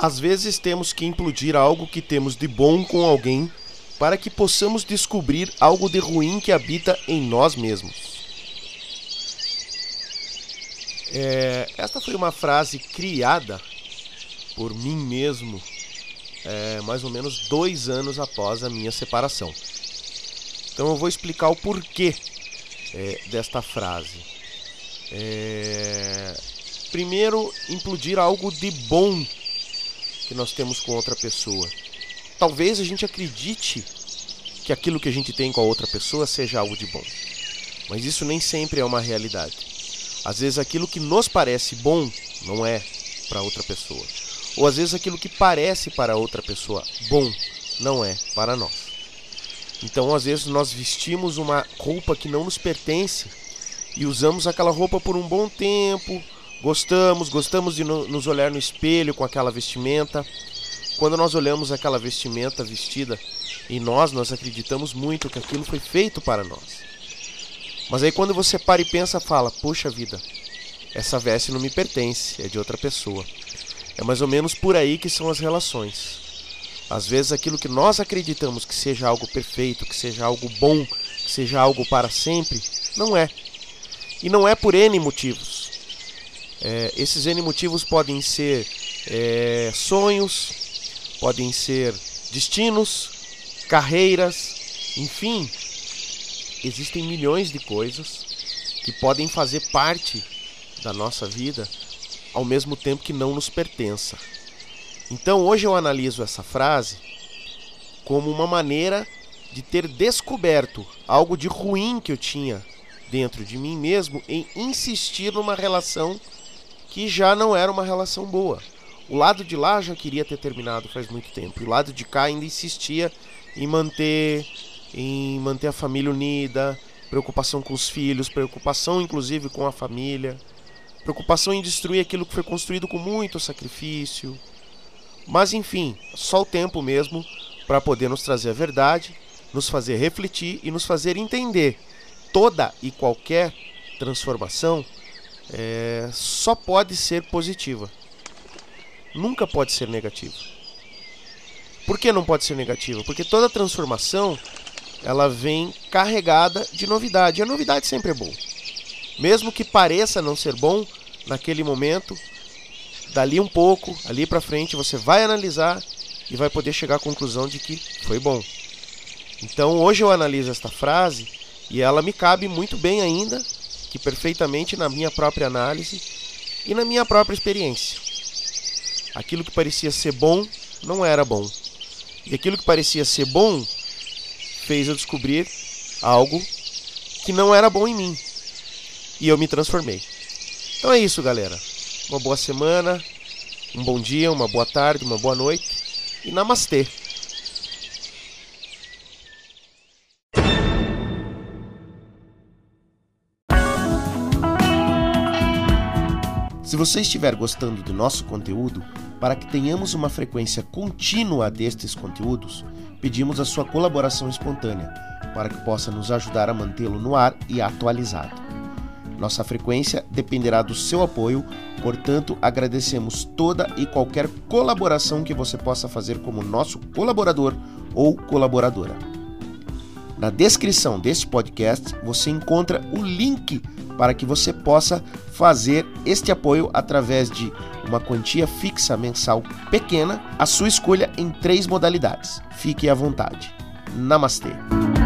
Às vezes temos que implodir algo que temos de bom com alguém para que possamos descobrir algo de ruim que habita em nós mesmos. Esta foi uma frase criada por mim mesmo mais ou menos 2 anos após a minha separação. Então eu vou explicar o porquê desta frase. Primeiro, implodir algo de bom que nós temos com outra pessoa. Talvez a gente acredite que aquilo que a gente tem com a outra pessoa seja algo de bom, mas isso nem sempre é uma realidade. Às vezes aquilo que nos parece bom não é para outra pessoa, ou às vezes aquilo que parece para outra pessoa bom não é para nós. Então às vezes nós vestimos uma roupa que não nos pertence e usamos aquela roupa por um bom tempo, gostamos de nos olhar no espelho com aquela vestimenta. Quando nós olhamos aquela vestimenta vestida em nós acreditamos muito que aquilo foi feito para nós. Mas aí quando você para e pensa, fala, poxa vida, essa veste não me pertence, é de outra pessoa. É mais ou menos por aí que são as relações. Às vezes aquilo que nós acreditamos que seja algo perfeito, que seja algo bom, que seja algo para sempre, não é. E não é por N motivos. Esses N motivos podem ser sonhos, podem ser destinos, carreiras, enfim, existem milhões de coisas que podem fazer parte da nossa vida ao mesmo tempo que não nos pertença. Então hoje eu analiso essa frase como uma maneira de ter descoberto algo de ruim que eu tinha dentro de mim mesmo em insistir numa relação que já não era uma relação boa. O lado de lá já queria ter terminado faz muito tempo. E o lado de cá ainda insistia em manter a família unida, preocupação com os filhos, preocupação inclusive com a família, preocupação em destruir aquilo que foi construído com muito sacrifício. Mas enfim, só o tempo mesmo para poder nos trazer a verdade, nos fazer refletir e nos fazer entender. Toda e qualquer transformação só pode ser positiva. Nunca pode ser negativa. Por que não pode ser negativa? Porque toda transformação ela vem carregada de novidade. E a novidade sempre é bom. Mesmo que pareça não ser bom, naquele momento, dali um pouco, ali para frente, você vai analisar e vai poder chegar à conclusão de que foi bom. Então hoje eu analiso esta frase e ela me cabe muito bem ainda, que perfeitamente na minha própria análise e na minha própria experiência. Aquilo que parecia ser bom não era bom. E aquilo que parecia ser bom fez eu descobrir algo que não era bom em mim. E eu me transformei. Então é isso, galera. Uma boa semana, um bom dia, uma boa tarde, uma boa noite e namastê. Se você estiver gostando do nosso conteúdo, para que tenhamos uma frequência contínua destes conteúdos, pedimos a sua colaboração espontânea, para que possa nos ajudar a mantê-lo no ar e atualizado. Nossa frequência dependerá do seu apoio, portanto, agradecemos toda e qualquer colaboração que você possa fazer como nosso colaborador ou colaboradora. Na descrição deste podcast, você encontra o link para que você possa fazer este apoio através de uma quantia fixa mensal pequena, a sua escolha em 3 modalidades. Fique à vontade. Namastê!